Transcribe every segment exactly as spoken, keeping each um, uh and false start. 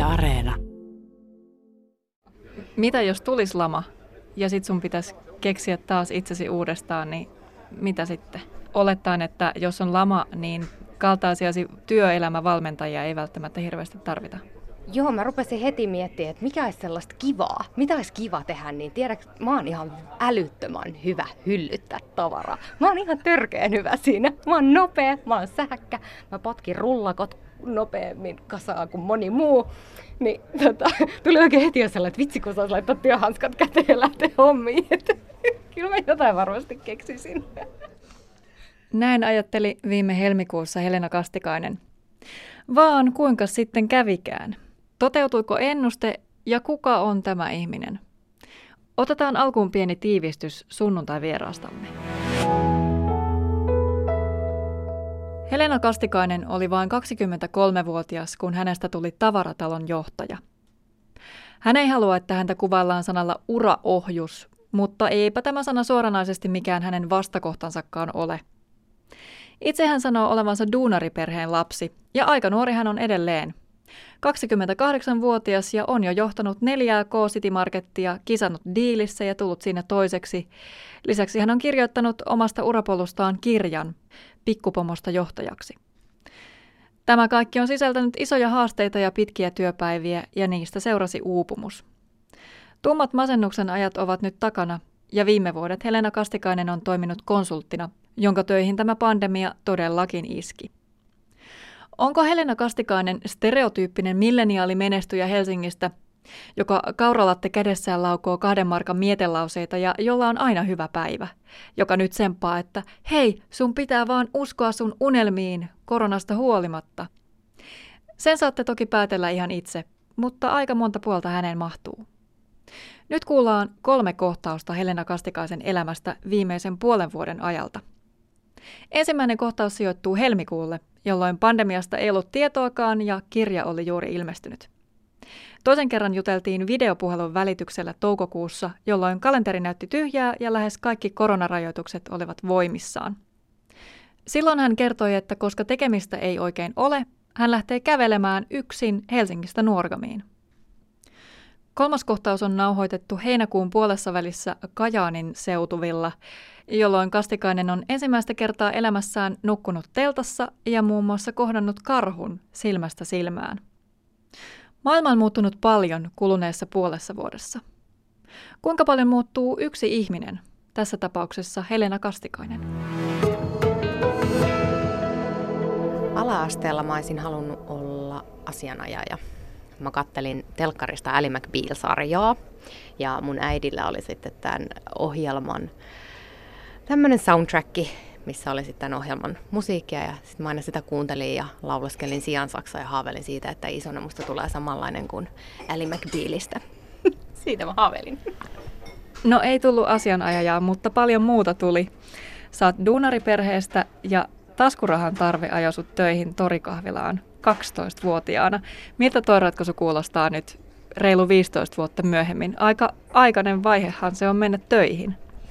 Areena. Mitä jos tulisi lama ja sit sun pitäisi keksiä taas itsesi uudestaan, niin mitä sitten? Olettaen, että jos on lama, niin kaltaisiasi työelämävalmentajia ei välttämättä hirveästi tarvita. Joo, mä rupesin heti miettimään, että mikä olisi sellaista kivaa. Mitä olisi kiva tehdä, niin tiedätkö, mä oon ihan älyttömän hyvä hyllyttää tavaraa. Mä oon ihan törkeän hyvä siinä. Mä oon nopea, mä oon sähkä, mä potkin rullakot nopeammin kasaa kuin moni muu. Niin tota, tuli oikein heti jo sellainen, että vitsi kun saisi laittaa työhanskat käteen ja lähteä hommiin. Kyllä mä jotain varmasti keksisin. Näin ajatteli viime helmikuussa Helena Kastikainen. Vaan kuinka sitten kävikään? Toteutuiko ennuste ja kuka on tämä ihminen? Otetaan alkuun pieni tiivistys sunnuntai-vieraastamme. Helena Kastikainen oli vain kaksikymmentäkolmevuotias, kun hänestä tuli tavaratalon johtaja. Hän ei halua, että häntä kuvaillaan sanalla uraohjus, mutta eipä tämä sana suoranaisesti mikään hänen vastakohtansakaan ole. Itse hän sanoo olevansa duunariperheen lapsi, ja aika nuori hän on edelleen. kaksikymmentäkahdeksanvuotias ja on jo johtanut neljää K-City Markettia, kisannut diilissä ja tullut siinä toiseksi. Lisäksi hän on kirjoittanut omasta urapolustaan kirjan Pikkupomosta johtajaksi. Tämä kaikki on sisältänyt isoja haasteita ja pitkiä työpäiviä, ja niistä seurasi uupumus. Tummat masennuksen ajat ovat nyt takana, ja viime vuodet Helena Kastikainen on toiminut konsulttina, jonka töihin tämä pandemia todellakin iski. Onko Helena Kastikainen stereotyyppinen milleniaalimenestyjä Helsingistä, joka kauralatte kädessään laukoo kahden markan mietelauseita ja jolla on aina hyvä päivä, joka nyt semppaa, että hei, sun pitää vaan uskoa sun unelmiin koronasta huolimatta? Sen saatte toki päätellä ihan itse, mutta aika monta puolta häneen mahtuu. Nyt kuullaan kolme kohtausta Helena Kastikaisen elämästä viimeisen puolen vuoden ajalta. Ensimmäinen kohtaus sijoittuu helmikuulle, jolloin pandemiasta ei ollut tietoakaan ja kirja oli juuri ilmestynyt. Toisen kerran juteltiin videopuhelun välityksellä toukokuussa, jolloin kalenteri näytti tyhjää ja lähes kaikki koronarajoitukset olivat voimissaan. Silloin hän kertoi, että koska tekemistä ei oikein ole, hän lähtee kävelemään yksin Helsingistä Nuorgamiin. Kolmas kohtaus on nauhoitettu heinäkuun puolessa välissä Kajaanin seutuvilla, jolloin Kastikainen on ensimmäistä kertaa elämässään nukkunut teltassa ja muun muassa kohdannut karhun silmästä silmään. Maailma on muuttunut paljon kuluneessa puolessa vuodessa. Kuinka paljon muuttuu yksi ihminen, tässä tapauksessa Helena Kastikainen? Ala-asteella mä olisin halunnut olla asianajaja. Mä kattelin telkkarista Ally McBeal-sarjaa ja mun äidillä oli sitten tämän ohjelman tämmöinen soundtrack, missä oli sitten tämän ohjelman musiikkia ja sitten mä aina sitä kuuntelin ja lauleskelin siansaksaa ja haaveilin siitä, että isona musta tulee samanlainen kuin Ally McBealista. Siitä mä haaveilin. No ei tullut asianajajaa, mutta paljon muuta tuli. Sä oot duunariperheestä ja taskurahan tarve ajoi sut töihin torikahvilaan kaksitoistavuotiaana. Miltä toi ratkaisu kuulostaa nyt reilu viisitoista vuotta myöhemmin? Aika aikainen vaihehan se on mennä töihin.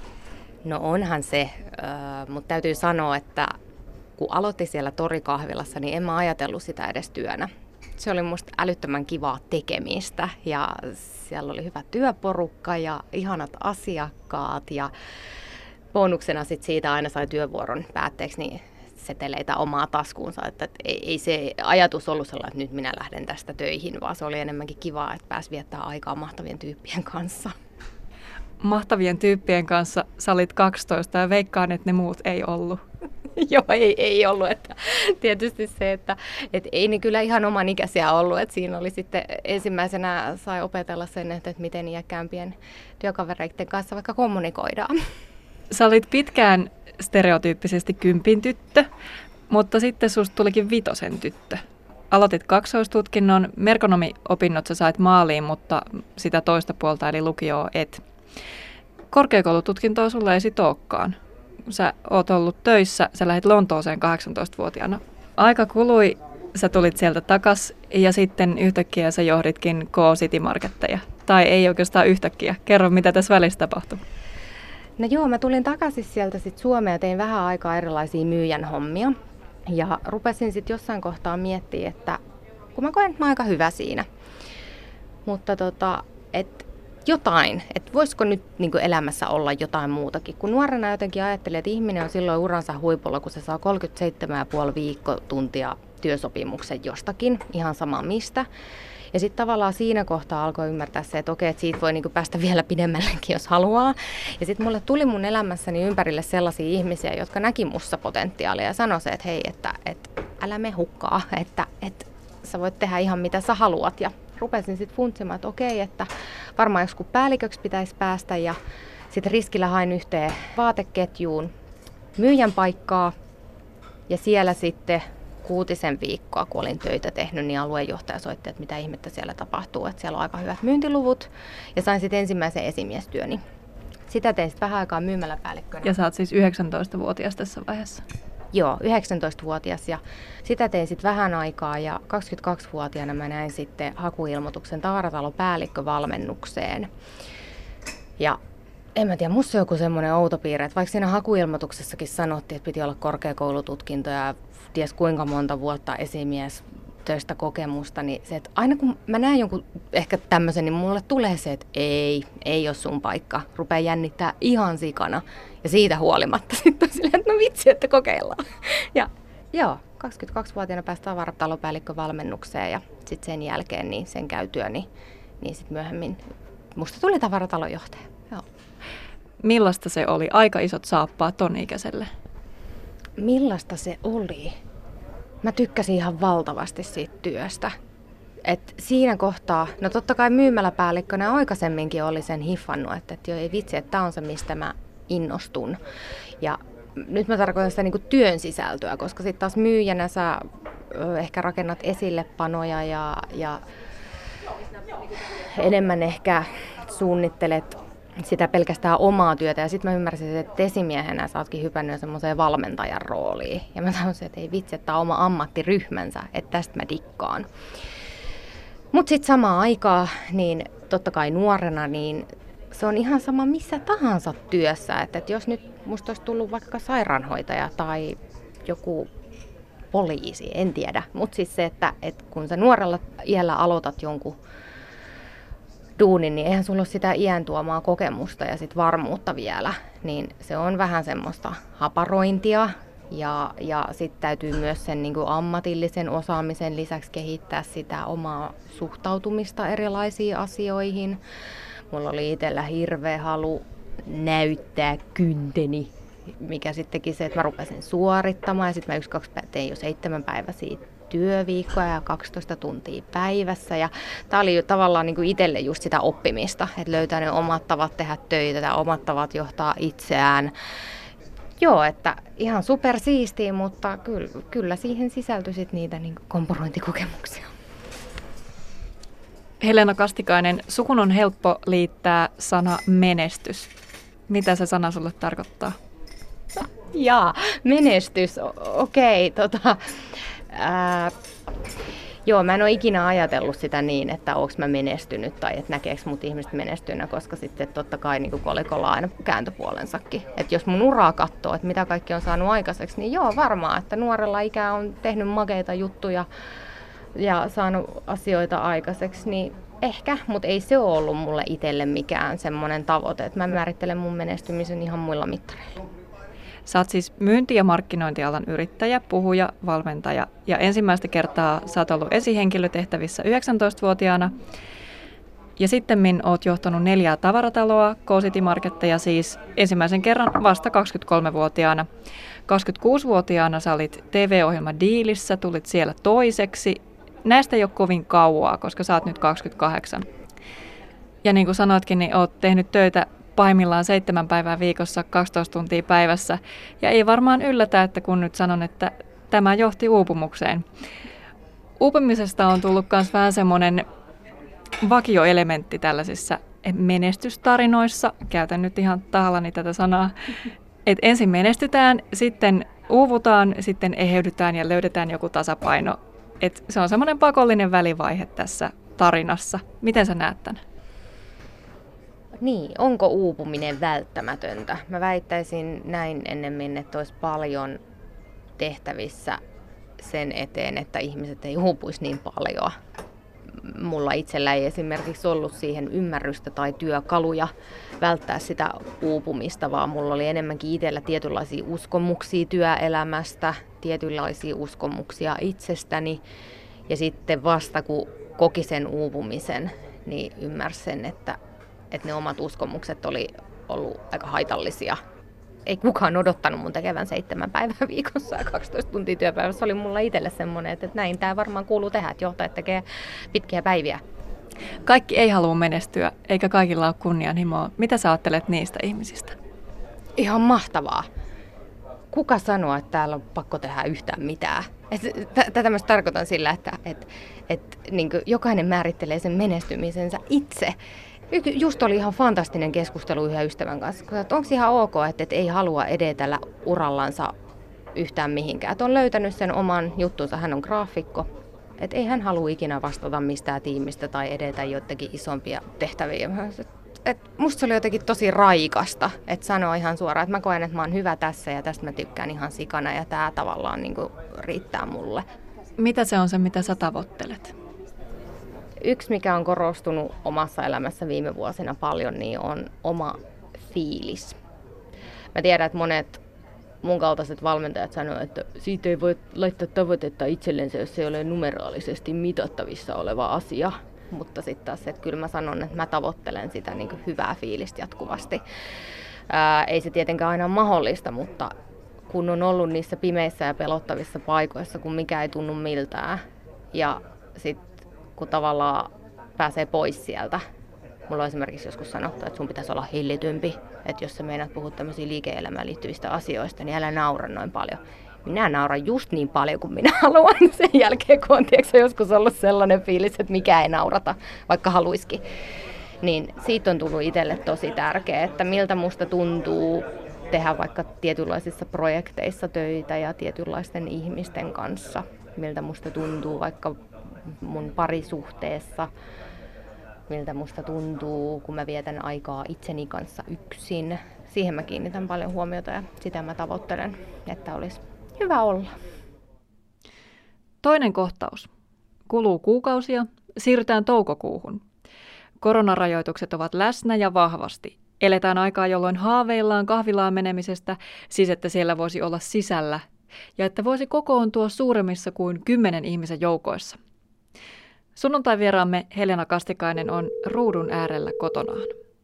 No onhan se, mutta täytyy sanoa, että kun aloitin siellä torikahvilassa, niin en mä ajatellut sitä edes työnä. Se oli musta älyttömän kivaa tekemistä ja siellä oli hyvä työporukka ja ihanat asiakkaat ja bonuksena sit siitä aina sai työvuoron päätteeksi niin seteleitä omaa taskuunsa. Että ei, ei se ajatus ollut sellainen, että nyt minä lähden tästä töihin, vaan se oli enemmänkin kivaa, että pääsi viettää aikaa mahtavien tyyppien kanssa. Mahtavien tyyppien kanssa sä olit kaksitoista ja veikkaan, että ne muut ei ollut. Joo, ei, ei ollut. Että tietysti se, että et ei ne kyllä ihan oman ikäisiä ollut. Että siinä oli sitten ensimmäisenä sai opetella sen, että miten iäkkäämpien työkavereiden kanssa vaikka kommunikoidaan. Sä olit pitkään stereotyyppisesti kympin tyttö, mutta sitten susta tulikin vitosen tyttö. Aloitit kaksoistutkinnon, merkonomiopinnot sä sait maaliin, mutta sitä toista puolta eli lukioa et. Korkeakoulututkintoa sulla ei sit olekaan. Sä oot ollut töissä, sä lähdit Lontooseen kahdeksantoistavuotiaana. Aika kului, sä tulit sieltä takas ja sitten yhtäkkiä sä johditkin K-City Marketteja. Tai ei oikeastaan yhtäkkiä. Kerro, mitä tässä välissä tapahtui. No joo, mä tulin takaisin sieltä sit Suomeen ja tein vähän aikaa erilaisia myyjän hommia. Ja rupesin sitten jossain kohtaa miettimään, että kun mä koen, että mä oon aika hyvä siinä. mutta tota, et jotain, että voisiko nyt niin kuin elämässä olla jotain muutakin. Kun nuorena jotenkin ajattelin, että ihminen on silloin uransa huipulla, kun se saa kolmekymmentäseitsemän pilkku viisi viikkotuntia työsopimuksen jostakin, ihan sama mistä. Ja sitten tavallaan siinä kohtaa alkoi ymmärtää se, että okei, että siitä voi niinku päästä vielä pidemmällekin, jos haluaa. Ja sitten mulle tuli mun elämässäni ympärille sellaisia ihmisiä, jotka näki mussa potentiaalia ja sanoi se, että hei, että, että älä me hukkaa, että, että sä voit tehdä ihan mitä sä haluat. Ja rupesin sitten funtsimaan, että okei, että varmaan joskus päälliköksi pitäisi päästä ja sitten riskillä hain yhteen vaateketjuun myyjän paikkaa ja siellä sitten kuutisen viikkoa, kun olin töitä tehnyt, niin aluejohtaja soitti, että mitä ihmettä siellä tapahtuu, että siellä on aika hyvät myyntiluvut ja sain sitten ensimmäisen esimiestyöni. Sitä tein sitten vähän aikaa myymäläpäällikkönä. Ja sä oot siis yhdeksäntoistavuotias tässä vaiheessa? Joo, yhdeksäntoistavuotias ja sitä tein sitten vähän aikaa ja kaksikymmentäkaksivuotiaana mä näin sitten hakuilmoituksen tavaratalon-päällikkövalmennukseen. Ja en mä tiedä, musta on joku semmoinen outo piirre, että vaikka siinä hakuilmoituksessakin sanottiin, että piti olla korkeakoulututkinto ja ties kuinka monta vuotta esimies töistä kokemusta, niin se, että aina kun mä näen jonkun ehkä tämmöisen, niin mulle tulee se, että ei, ei ole sun paikka. Rupeaa jännittää ihan sikana. Ja siitä huolimatta sitten on silleen, että no vitsi, että kokeillaan. Ja joo, kaksikymmentäkaksivuotiaana pääsi tavaratalonpäällikkövalmennukseen ja sitten sen jälkeen niin sen käytyä, niin, niin sitten myöhemmin musta tuli tavaratalonjohtaja. Joo. Millaista se oli? Aika isot saappaat ton ikäiselle. Millaista se oli? Mä tykkäsin ihan valtavasti siitä työstä. Et siinä kohtaa, no totta kai myymäläpäällikkönä aikaisemminkin oli sen hiffannut, että, että jo ei vitsi, että tää on se, mistä mä innostun. Ja nyt mä tarkoitan sitä niinku työn sisältöä, koska sitten taas myyjänä sä ö, ehkä rakennat esillepanoja ja, ja enemmän ehkä suunnittelet sitä pelkästään omaa työtä. Ja sitten mä ymmärsin, että esimiehenä sä ootkin hypännyt semmoiseen valmentajan rooliin. Ja mä tajusin, että ei vitsi, että tää on oma ammattiryhmänsä, että tästä mä dikkaan. Mutta sitten samaan aikaan, niin totta kai nuorena, niin se on ihan sama missä tahansa työssä. Että et jos nyt musta olisi tullut vaikka sairaanhoitaja tai joku poliisi, en tiedä. Mutta siis se, että et kun sä nuorella iällä aloitat jonkun duunin, niin eihän sulla ole sitä iän tuomaa kokemusta ja sit varmuutta vielä. Niin se on vähän semmoista haparointia. Ja, ja sitten täytyy myös sen niin kuin ammatillisen osaamisen lisäksi kehittää sitä omaa suhtautumista erilaisiin asioihin. Mulla oli itsellä hirveä halu näyttää kynteni, mikä sittenkin se, että mä rupesin suorittamaan. Ja sitten mä yksi, kaksi tein jo seitsemän päiväisiä työviikkoja ja kaksitoista tuntia päivässä. Ja tää oli tavallaan niin kuin itselle just sitä oppimista, että löytää ne omat tavat tehdä töitä ja omat tavat johtaa itseään. Joo, että ihan supersiistiä, mutta kyllä, kyllä siihen sisältyi sit niitä niin kompurointikokemuksia. Helena Kastikainen, sukun on helppo liittää sana menestys. Mitä se sana sulle tarkoittaa? Jaa, menestys. Okei, okay, tota... Ää, joo, mä en ole ikinä ajatellut sitä niin, että onko mä menestynyt tai että näkeekö mut ihmiset menestynä, koska sitten totta kai niin kolikolla on aina kääntöpuolensakin. Että jos mun uraa katsoo, että mitä kaikki on saanut aikaiseksi, niin joo, varmaan, että nuorella ikää on tehnyt makeita juttuja ja saanut asioita aikaiseksi, niin ehkä, mutta ei se ole ollut mulle itselle mikään semmoinen tavoite, että mä määrittelen mun menestymisen ihan muilla mittareilla. Sä oot siis myynti- ja markkinointialan yrittäjä, puhuja, valmentaja ja ensimmäistä kertaa sä oot ollut esihenkilötehtävissä yhdeksäntoistavuotiaana. Ja sittemmin oot johtanut neljää tavarataloa, K-City Marketteja siis ensimmäisen kerran vasta kaksikymmentäkolmevuotiaana. kaksikymmentäkuusivuotiaana sä olit T V-ohjelma Diilissä, tulit siellä toiseksi. Näistä ei ole kovin kauaa, koska sä oot nyt kaksikymmentäkahdeksan. Ja niin kuin sanoitkin, niin oot tehnyt töitä pahimmillaan seitsemän päivää viikossa, kaksitoista tuntia päivässä. Ja ei varmaan yllätä, että kun nyt sanon, että tämä johti uupumukseen. Uupumisesta on tullut myös vähän semmoinen vakioelementti tällaisissa menestystarinoissa. Käytän nyt ihan tahallani tätä sanaa. Että ensin menestytään, sitten uuvutaan, sitten eheydytään ja löydetään joku tasapaino. Et se on semmoinen pakollinen välivaihe tässä tarinassa. Miten sä näet tämän? Niin, onko uupuminen välttämätöntä? Mä väittäisin näin ennemmin, että olisi paljon tehtävissä sen eteen, että ihmiset ei uupuisi niin paljon. mulla itsellä ei esimerkiksi ollut siihen ymmärrystä tai työkaluja välttää sitä uupumista, vaan mulla oli enemmänkin itsellä tietynlaisia uskomuksia työelämästä, tietynlaisia uskomuksia itsestäni. Ja sitten vasta kun koki sen uupumisen, niin ymmärsin, että, että ne omat uskomukset oli ollut aika haitallisia. Ei kukaan odottanut mun tekevän seitsemän päivää viikossa ja kaksitoista tuntia työpäivässä. Se oli mulla itselle semmoinen, että näin tämä varmaan kuuluu tehdä, että johtajat tekee pitkiä päiviä. Kaikki ei halua menestyä, eikä kaikilla ole kunnianhimoa. Mitä sä ajattelet niistä ihmisistä? Ihan mahtavaa. Kuka sanoo, että täällä on pakko tehdä yhtään mitään? Tätä myös tarkoitan sillä, että, että, että niin kuin jokainen määrittelee sen menestymisensä itse. Just oli ihan fantastinen keskustelu yhden ystävän kanssa, että onko ihan ok, että, että ei halua edetellä urallansa yhtään mihinkään. Että on löytänyt sen oman juttunsa, hän on graafikko. Että ei hän halua ikinä vastata mistään tiimistä tai edetä jotenkin isompia tehtäviä. Et musta se oli jotenkin tosi raikasta, että sanoa ihan suoraan, että mä koen, että mä oon hyvä tässä ja tästä mä tykkään ihan sikana ja tää tavallaan niin kuin riittää mulle. Mitä se on se, mitä sä tavoittelet? Yksi, mikä on korostunut omassa elämässä viime vuosina paljon, niin on oma fiilis. Mä tiedän, että monet mun kaltaiset valmentajat sanoo, että siitä ei voi laittaa tavoitetta itsellensä, jos se ei ole numeraalisesti mitattavissa oleva asia. Mutta sitten taas, että kyllä mä sanon, että mä tavoittelen sitä niin kuin hyvää fiilistä jatkuvasti. Ää, ei se tietenkään aina ole mahdollista, mutta kun on ollut niissä pimeissä ja pelottavissa paikoissa, kun mikä ei tunnu miltään, ja sitten kun tavallaan pääsee pois sieltä. Mulla on esimerkiksi joskus sanottu, että sun pitäisi olla hillitympi, että jos sä meinaat puhua tämmöisiä liike-elämään liittyvistä asioista, niin älä naura noin paljon. Minä nauran just niin paljon kuin minä haluan sen jälkeen, kun on tiedätkö, joskus ollut sellainen fiilis, että mikä ei naurata, vaikka haluisikin. Niin siitä on tullut itselle tosi tärkeää, että miltä musta tuntuu tehdä vaikka tietynlaisissa projekteissa töitä ja tietynlaisten ihmisten kanssa. Miltä musta tuntuu vaikka mun parisuhteessa, miltä musta tuntuu, kun mä vietän aikaa itseni kanssa yksin. Siihen mä kiinnitän paljon huomiota ja sitä mä tavoittelen, että olisi hyvä olla. Toinen kohtaus. Kuluu kuukausia, siirrytään toukokuuhun. Koronarajoitukset ovat läsnä ja vahvasti. Eletään aikaa, jolloin haaveillaan kahvilaan menemisestä, siis että siellä voisi olla sisällä, ja että voisi kokoontua suuremmissa kuin kymmenen ihmisen joukoissa. Sunnuntai-vieraamme Helena Kastikainen on ruudun äärellä kotonaan.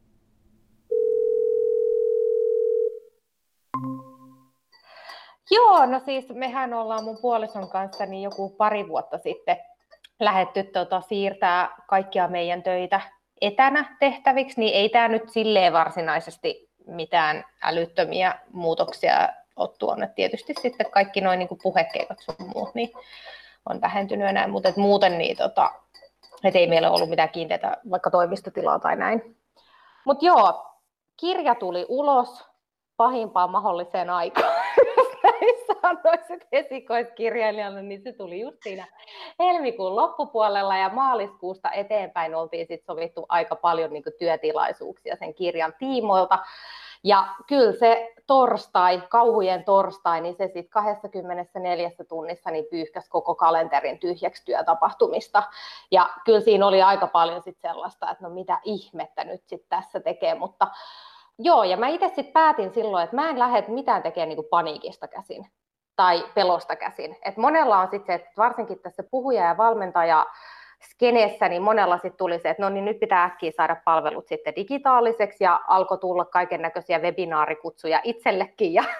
Joo, no siis mehän ollaan mun puolison kanssa niin joku pari vuotta sitten lähdetty tota, siirtää kaikkia meidän töitä etänä tehtäviksi, niin ei tämä nyt silleen varsinaisesti mitään älyttömiä muutoksia ole tuonut. Tietysti sitten kaikki noin niin kuin puhekeikat sun muut niin on vähentynyt enää, mutta et muuten niin tota, et ei meillä ollut mitään kiinteitä vaikka toimistotilaa tai näin. Mutta joo, kirja tuli ulos pahimpaan mahdolliseen aikaan. Näin sanoisit esikoiskirjailijana, niin se tuli just siinä helmikuun loppupuolella ja maaliskuusta eteenpäin oltiin sit sovittu aika paljon niin kuin työtilaisuuksia sen kirjan tiimoilta. Ja kyllä se torstai, kauhujen torstai, niin se sitten kaksikymmentäneljä tunnissa niin pyyhkäsi koko kalenterin tyhjäksi työtapahtumista. Ja kyllä siinä oli aika paljon sit sellaista, että no mitä ihmettä nyt sitten tässä tekee, mutta joo, ja mä itse sitten päätin silloin, että mä en lähde mitään tekemään niinku paniikista käsin tai pelosta käsin. Et monella on sitten se, että varsinkin tässä puhuja- ja valmentaja skeneessä, niin monella sitten tuli se, että no niin nyt pitää äkkiä saada palvelut sitten digitaaliseksi ja alkoi tulla kaiken näköisiä webinaarikutsuja itsellekin ja,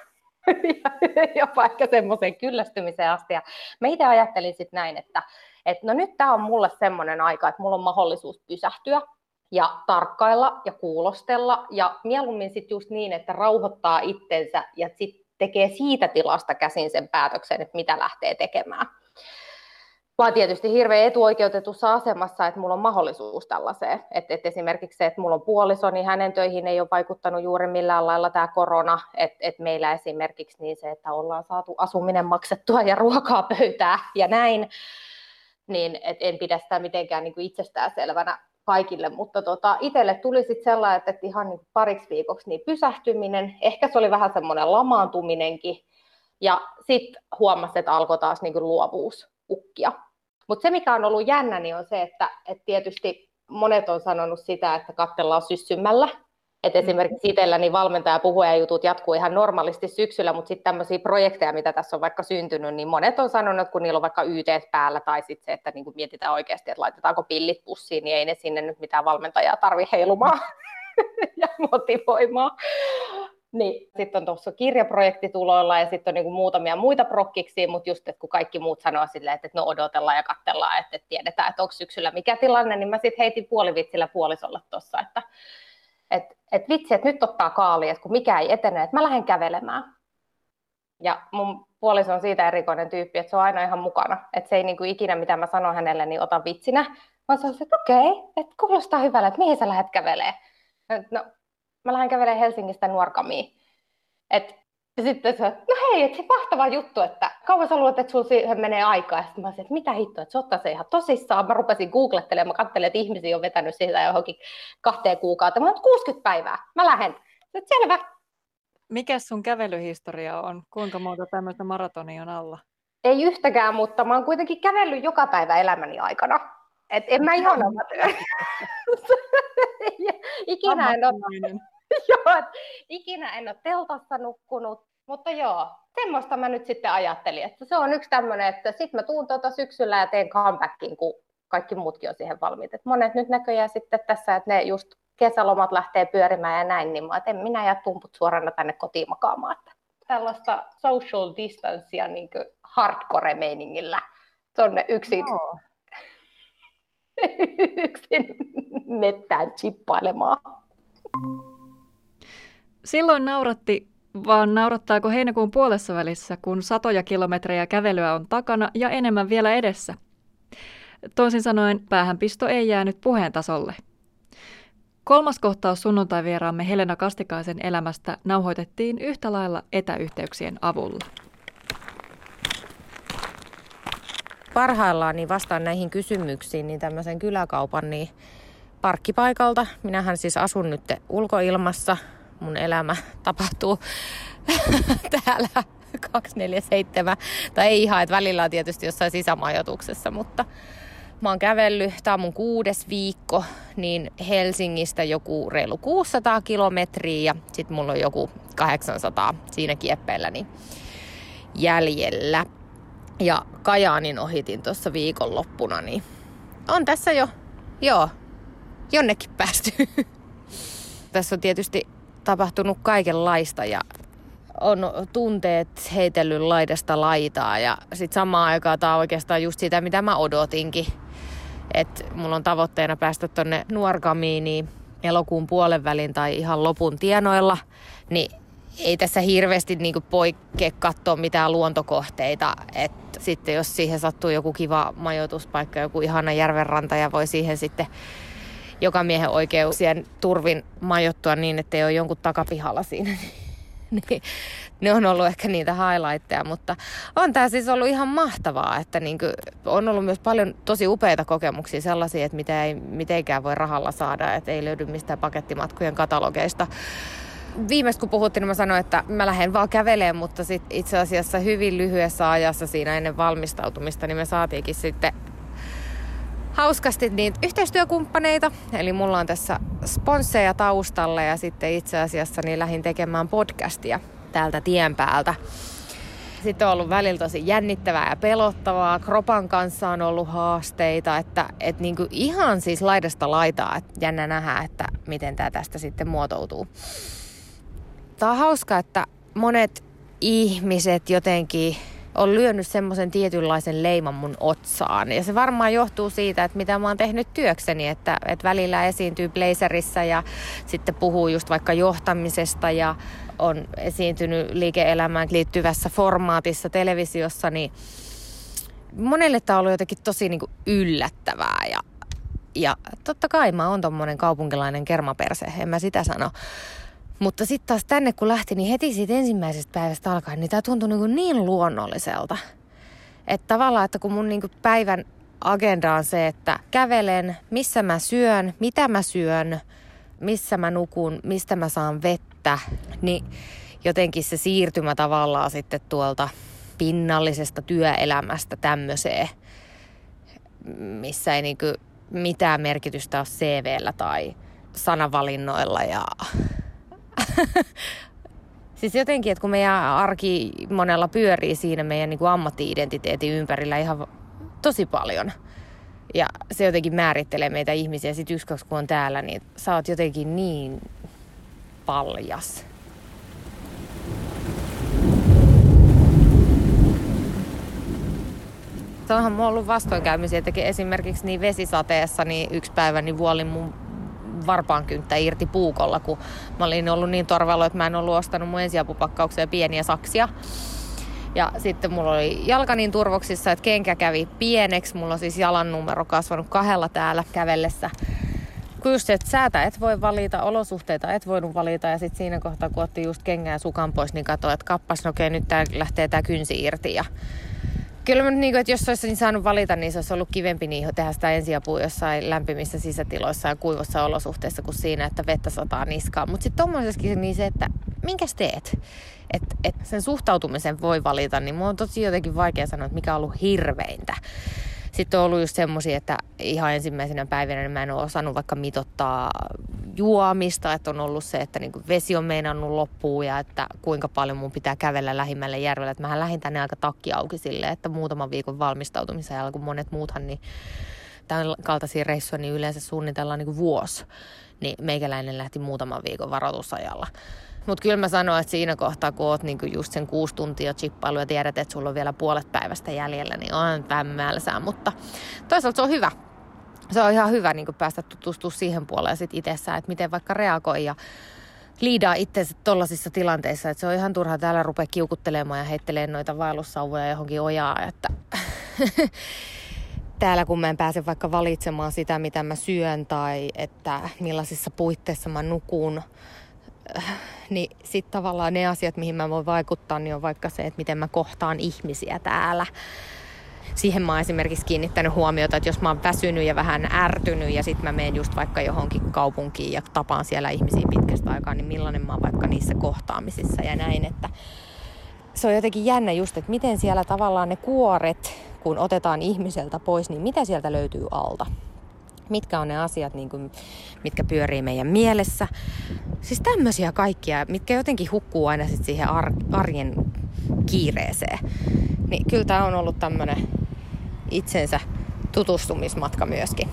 ja jopa ehkä semmoiseen kyllästymiseen asti. Ja mä itse ajattelin sitten näin, että, että no nyt tämä on mulle semmoinen aika, että mulla on mahdollisuus pysähtyä ja tarkkailla ja kuulostella ja mieluummin sitten just niin, että rauhoittaa itsensä ja sitten tekee siitä tilasta käsin sen päätöksen, että mitä lähtee tekemään. Mä oon tietysti hirveän etuoikeutetussa asemassa, että mulla on mahdollisuus tällaiseen. Että et esimerkiksi se, että mulla on puoliso, niin hänen töihin ei ole vaikuttanut juuri millään lailla tämä korona. Että et meillä esimerkiksi niin se, että ollaan saatu asuminen maksettua ja ruokaa pöytää ja näin, niin et en pidä sitä mitenkään niin kuin itsestäänselvänä kaikille. Mutta tota, itselle tuli sitten sellainen, että, että ihan niin pariksi viikoksi niin pysähtyminen, ehkä se oli vähän semmoinen lamaantuminenkin. Ja sitten huomasi, että alkoi taas niin kuin luovuus ukkia. Mutta se, mikä on ollut jännä, niin on se, että et tietysti monet on sanonut sitä, että katsellaan syssymällä. Et esimerkiksi itselläni valmentaja puhujajutut jatkuu ihan normaalisti syksyllä, mutta sitten tämmöisiä projekteja, mitä tässä on vaikka syntynyt, niin monet on sanonut, että kun niillä on vaikka Y T päällä tai sitten se, että niinku mietitään oikeasti, että laitetaanko pillit pussiin, niin ei ne sinne nyt mitään valmentajaa tarvitse heilumaan ja motivoimaan. Niin. Sitten on tuossa kirjaprojekti tuloilla ja sitten on niinku muutamia muita prokkiksi, mutta just, että kun kaikki muut sanoo silleen, että no odotellaan ja katsellaan, että, että tiedetään, että onko syksyllä mikä tilanne, niin mä sitten heitin puolivitsillä puolisolla tuossa, että Että et vitsi, että nyt ottaa kaali, että kun mikä ei etene, että mä lähden kävelemään. Ja mun puoliso on siitä erikoinen tyyppi, että se on aina ihan mukana. Että se ei niin kuin ikinä, mitä mä sanon hänelle, niin ota vitsinä. Vaan se on se, että okei, okay, että kuulostaa hyvälle, että mihin sä lähdet kävelemään. No, mä lähden kävelemään Helsingistä Nuorgamiin. Et, ja sitten se, no hei, että se mahtava juttu, että kauan sä luulet, että sulla siihen menee aikaa. Ja sitten mä sanoin, että mitä hittoa, että se ottaa se ihan tosissaan. Mä rupesin googlettelemaan, mä katselin, että ihmisiä on vetänyt siitä johonkin kahteen kuukauteen. Mä oon kuusikymmentä päivää, mä lähden. Sitten selvä. Mikä sun kävelyhistoria on? Kuinka monta tämmöistä maratonia on alla? Ei yhtäkään, mutta mä oon kuitenkin kävellyt joka päivä elämäni aikana. Et en mä ihan oma työ. Ikinä en ole... Joo, ikinä en ole teltassa nukkunut, mutta joo, semmoista mä nyt sitten ajattelin, että se on yksi tämmöinen, että sitten mä tuun tuota syksyllä ja teen comebackin, kun kaikki muutkin on siihen valmiit. Et monet nyt näköjään sitten tässä, että ne just kesälomat lähtee pyörimään ja näin, niin mä et en minä jää tumput suorana tänne kotiin makaamaan. Että tällaista social distancea niin kuin hardcore-meiningillä tuonne yksin, no. yksin mettään chippailemaan. Silloin nauratti, vaan naurattaako heinäkuun puolessa välissä, kun satoja kilometrejä kävelyä on takana ja enemmän vielä edessä? Toisin sanoen, päähänpisto ei jäänyt puheen tasolle. Kolmas kohtaus sunnuntaivieraamme Helena Kastikaisen elämästä nauhoitettiin yhtä lailla etäyhteyksien avulla. Parhaillaan niin vastaan näihin kysymyksiin niin tämmöisen kyläkaupan niin parkkipaikalta. Minähän siis asun nyt ulkoilmassa. Mun elämä tapahtuu täällä kaksikymmentäneljä seitsemän. Tai ei ihan, että välillä on tietysti jossain sisämajoituksessa, mutta mä oon kävellyt, tää on mun kuudes viikko, niin Helsingistä joku reilu kuusisataa kilometriä ja sit mulla on joku kahdeksansataa siinä kieppeilläni jäljellä. Ja Kajaanin ohitin tuossa viikonloppuna, niin on tässä jo, joo, jonnekin päästy. Tässä on tietysti tapahtunut kaikenlaista ja on tunteet heitellyt laidasta laitaa ja sitten samaan aikaan tämä on oikeastaan just sitä, mitä mä odotinkin. Että mulla on tavoitteena päästä tonne Nuorgamiin niin elokuun puolen välin tai ihan lopun tienoilla, niin ei tässä hirveästi niinku poikkea katsoa mitään luontokohteita. Et sitten jos siihen sattuu joku kiva majoituspaikka, joku ihana järvenranta ja voi siihen sitten joka miehen oikeuksien turvin majoittua niin, että ei ole jonkun takapihalla siinä. Niin, ne on ollut ehkä niitä highlightteja, mutta on tämä siis ollut ihan mahtavaa, että niinku on ollut myös paljon tosi upeita kokemuksia sellaisia, että mitä ei mitenkään voi rahalla saada, että ei löydy mistään pakettimatkojen katalogeista. Viimeistä kun puhuttiin, niin mä sanoin, että mä lähden vaan kävelemään, mutta sit itse asiassa hyvin lyhyessä ajassa siinä ennen valmistautumista, niin me saatiinkin sitten hauskasti niitä yhteistyökumppaneita. Eli mulla on tässä sponsseja taustalla ja sitten itse asiassa niin lähdin tekemään podcastia täältä tien päältä. Sitten on ollut välillä tosi jännittävää ja pelottavaa. Kropan kanssa on ollut haasteita, että et niinku ihan siis laidasta laitaa. Et jännä nähdä, että miten tämä tästä sitten muotoutuu. Tämä on hauska, että monet ihmiset jotenkin on lyönyt semmoisen tietynlaisen leiman mun otsaan. Ja se varmaan johtuu siitä, että mitä mä oon tehnyt työkseni, että, että välillä esiintyy blazerissa ja sitten puhuu just vaikka johtamisesta ja on esiintynyt liike-elämään liittyvässä formaatissa televisiossa, niin monelle tämä on ollut jotenkin tosi niin kuin yllättävää. Ja, ja totta kai mä oon tommonen kaupunkilainen kermaperse, en mä sitä sano. Mutta sitten taas tänne kun lähti, niin heti siitä ensimmäisestä päivästä alkaen, niin tämä tuntui niin, niin luonnolliselta. Että tavallaan, että kun mun niin kuin päivän agenda on se, että kävelen, missä mä syön, mitä mä syön, missä mä nukun, mistä mä saan vettä, niin jotenkin se siirtymä tavallaan sitten tuolta pinnallisesta työelämästä tämmöiseen, missä ei niinku mitään merkitystä ole C V:llä tai sanavalinnoilla. Ja siis jotenkin, että kun meidän arki monella pyörii siinä meidän niinku ammatti-identiteetin ympärillä ihan tosi paljon. Ja se jotenkin määrittelee meitä ihmisiä. Sitten yksi, kaksi kun on täällä, niin sä oot jotenkin niin paljas. Se onhan mulla ollut vastoinkäymisiä, että esimerkiksi niin vesisateessa niin yksi päivä niin vuolin mun varpaankynttä irti puukolla, kun mä olin ollut niin torvalla, että mä en ollut ostanut mun ensiapupakkauksia ja pieniä saksia. Ja sitten mulla oli jalka niin turvoksissa, että kenkä kävi pieneksi. Mulla on siis jalan numero kasvanut kahdella täällä kävellessä. Kun just se, että säätä et voi valita, olosuhteita et voinut valita. Ja sitten siinä kohtaa, kun otti just kengän ja sukan pois, niin katsoi, että kappas, no okei, nyt tää lähtee tää kynsi irti. Ja kyllä mä nyt, niin kuin, että jos olisin saanut valita, niin se olisi ollut kivempi niin tehdä sitä ensiapua jossain lämpimissä sisätiloissa ja kuivassa olosuhteissa kuin siinä, että vettä sataa niskaan. Mutta sitten tommosessakin niin se, että minkäs teet? Että et sen suhtautumisen voi valita, niin mun on tosi jotenkin vaikea sanoa, että mikä on ollut hirveintä. Sitten on ollut just semmosia, että ihan ensimmäisenä päivänä niin mä en ole osannut vaikka mitottaa juomista, että on ollut se, että niin kuin vesi on meinannut loppua ja että kuinka paljon mun pitää kävellä lähimmälle järvelle. Että mähän lähdin tänne aika takki auki silleen, että muutaman viikon valmistautumisen ajalla, kun monet muuthan, niin tämän kaltaisia reissuja niin yleensä suunnitellaan niin kuin vuosi. Niin meikäläinen lähti muutaman viikon varoitusajalla. Mutta kyllä mä sanoin, että siinä kohtaa, kun oot niinku just sen kuusi tuntia chippailu ja tiedät, että sulla on vielä puolet päivästä jäljellä, niin on vähän mälsää. Mutta toisaalta se on hyvä. Se on ihan hyvä niinku päästä tutustumaan siihen puoleen sit itsessään, että miten vaikka reagoi ja liidaa itsensä tollaisissa tilanteissa. Että se on ihan turha täällä rupea kiukuttelemaan ja heittelee noita vaellussauvoja johonkin ojaa. Että täällä kun mä en pääse vaikka valitsemaan sitä, mitä mä syön tai että millaisissa puitteissa mä nukun, niin sitten tavallaan ne asiat, mihin mä voin vaikuttaa, niin on vaikka se, että miten mä kohtaan ihmisiä täällä. Siihen mä oon esimerkiksi kiinnittänyt huomiota, että jos mä oon väsynyt ja vähän ärtynyt ja sitten mä menen just vaikka johonkin kaupunkiin ja tapaan siellä ihmisiä pitkästä aikaa, niin millainen mä oon vaikka niissä kohtaamisissa ja näin. Että se on jotenkin jännä just, että miten siellä tavallaan ne kuoret, kun otetaan ihmiseltä pois, niin mitä sieltä löytyy alta. Mitkä on ne asiat, niin kuin, mitkä pyörii meidän mielessä. Siis tämmöisiä kaikkia, mitkä jotenkin hukkuu aina sit siihen ar- arjen kiireeseen. Niin kyllä tää on ollut tämmönen itsensä tutustumismatka myöskin.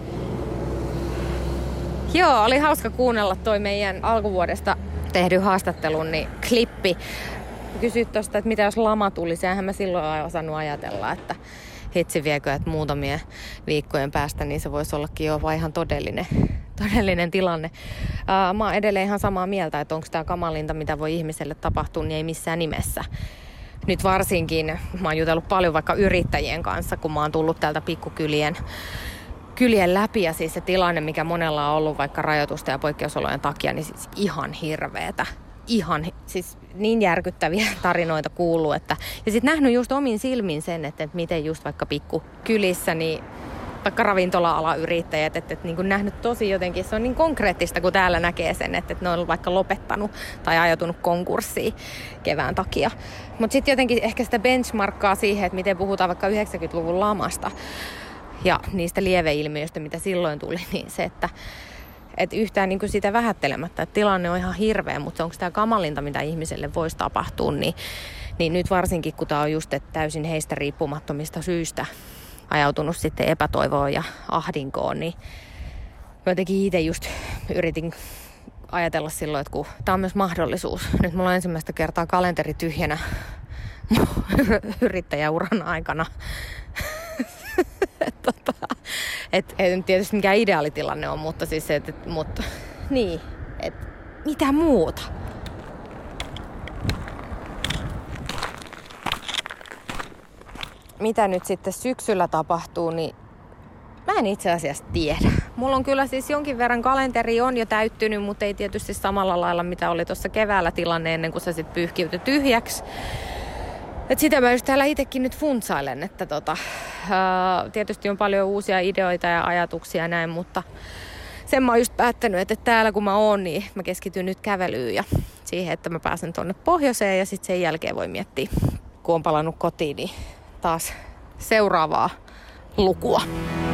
Joo, oli hauska kuunnella toi meidän alkuvuodesta tehdyn haastattelun niin klippi. Kysyit tosta, että mitä jos lama tulisi. Eihän mä silloin osannut ajatella, että hitsi viekö, että muutamien viikkojen päästä niin se voisi ollakin jo vaan ihan todellinen, todellinen tilanne. Ää, mä oon edelleen ihan samaa mieltä, että onko tämä kamalinta, mitä voi ihmiselle tapahtua, niin ei missään nimessä. Nyt varsinkin, mä oon jutellut paljon vaikka yrittäjien kanssa, kun mä oon tullut täältä pikkukylien kylien läpi ja siis se tilanne, mikä monella on ollut vaikka rajoitusten ja poikkeusolojen takia, niin siis ihan hirveetä. Ihan siis niin järkyttäviä tarinoita kuuluu, että ja sitten nähnyt just omin silmin sen, että, että miten just vaikka pikkukylissä, niin vaikka ravintola-alayrittäjät, että, että niin kuin nähnyt tosi jotenkin, se on niin konkreettista, kun täällä näkee sen, että, että ne on vaikka lopettanut tai ajatunut konkurssiin kevään takia. Mutta sitten jotenkin ehkä sitä benchmarkkaa siihen, että miten puhutaan vaikka yhdeksänkymmentäluvun lamasta ja niistä lieveilmiöistä, mitä silloin tuli, niin se, että Että yhtään niin kuin sitä vähättelemättä, että tilanne on ihan hirveä, mutta onko tämä kamalinta, mitä ihmiselle voisi tapahtua, niin, niin nyt varsinkin, kun tämä on just että täysin heistä riippumattomista syistä ajautunut sitten epätoivoon ja ahdinkoon, niin jotenkin itse just yritin ajatella silloin, että kun tämä on myös mahdollisuus. Nyt mulla on ensimmäistä kertaa kalenteri tyhjänä yrittäjäuran aikana. tota, et, et tietysti mikään ideaalitilanne on, mutta siis et, et, mutta, niin, et, mitä muuta? Mitä nyt sitten syksyllä tapahtuu, niin mä en itse asiassa tiedä. Mulla on kyllä siis jonkin verran kalenteri on jo täyttynyt, mutta ei tietysti samalla lailla, mitä oli tuossa keväällä tilanne ennen kuin se sitten pyyhkiytyi tyhjäksi. Et sitä mä just täällä itsekin nyt funtsailen, että tota, ää, tietysti on paljon uusia ideoita ja ajatuksia ja näin, mutta sen mä oon just päättänyt, että täällä kun mä oon, niin mä keskityn nyt kävelyyn ja siihen, että mä pääsen tonne pohjoiseen ja sitten sen jälkeen voi miettiä, kun on palannut kotiin, niin taas seuraavaa lukua.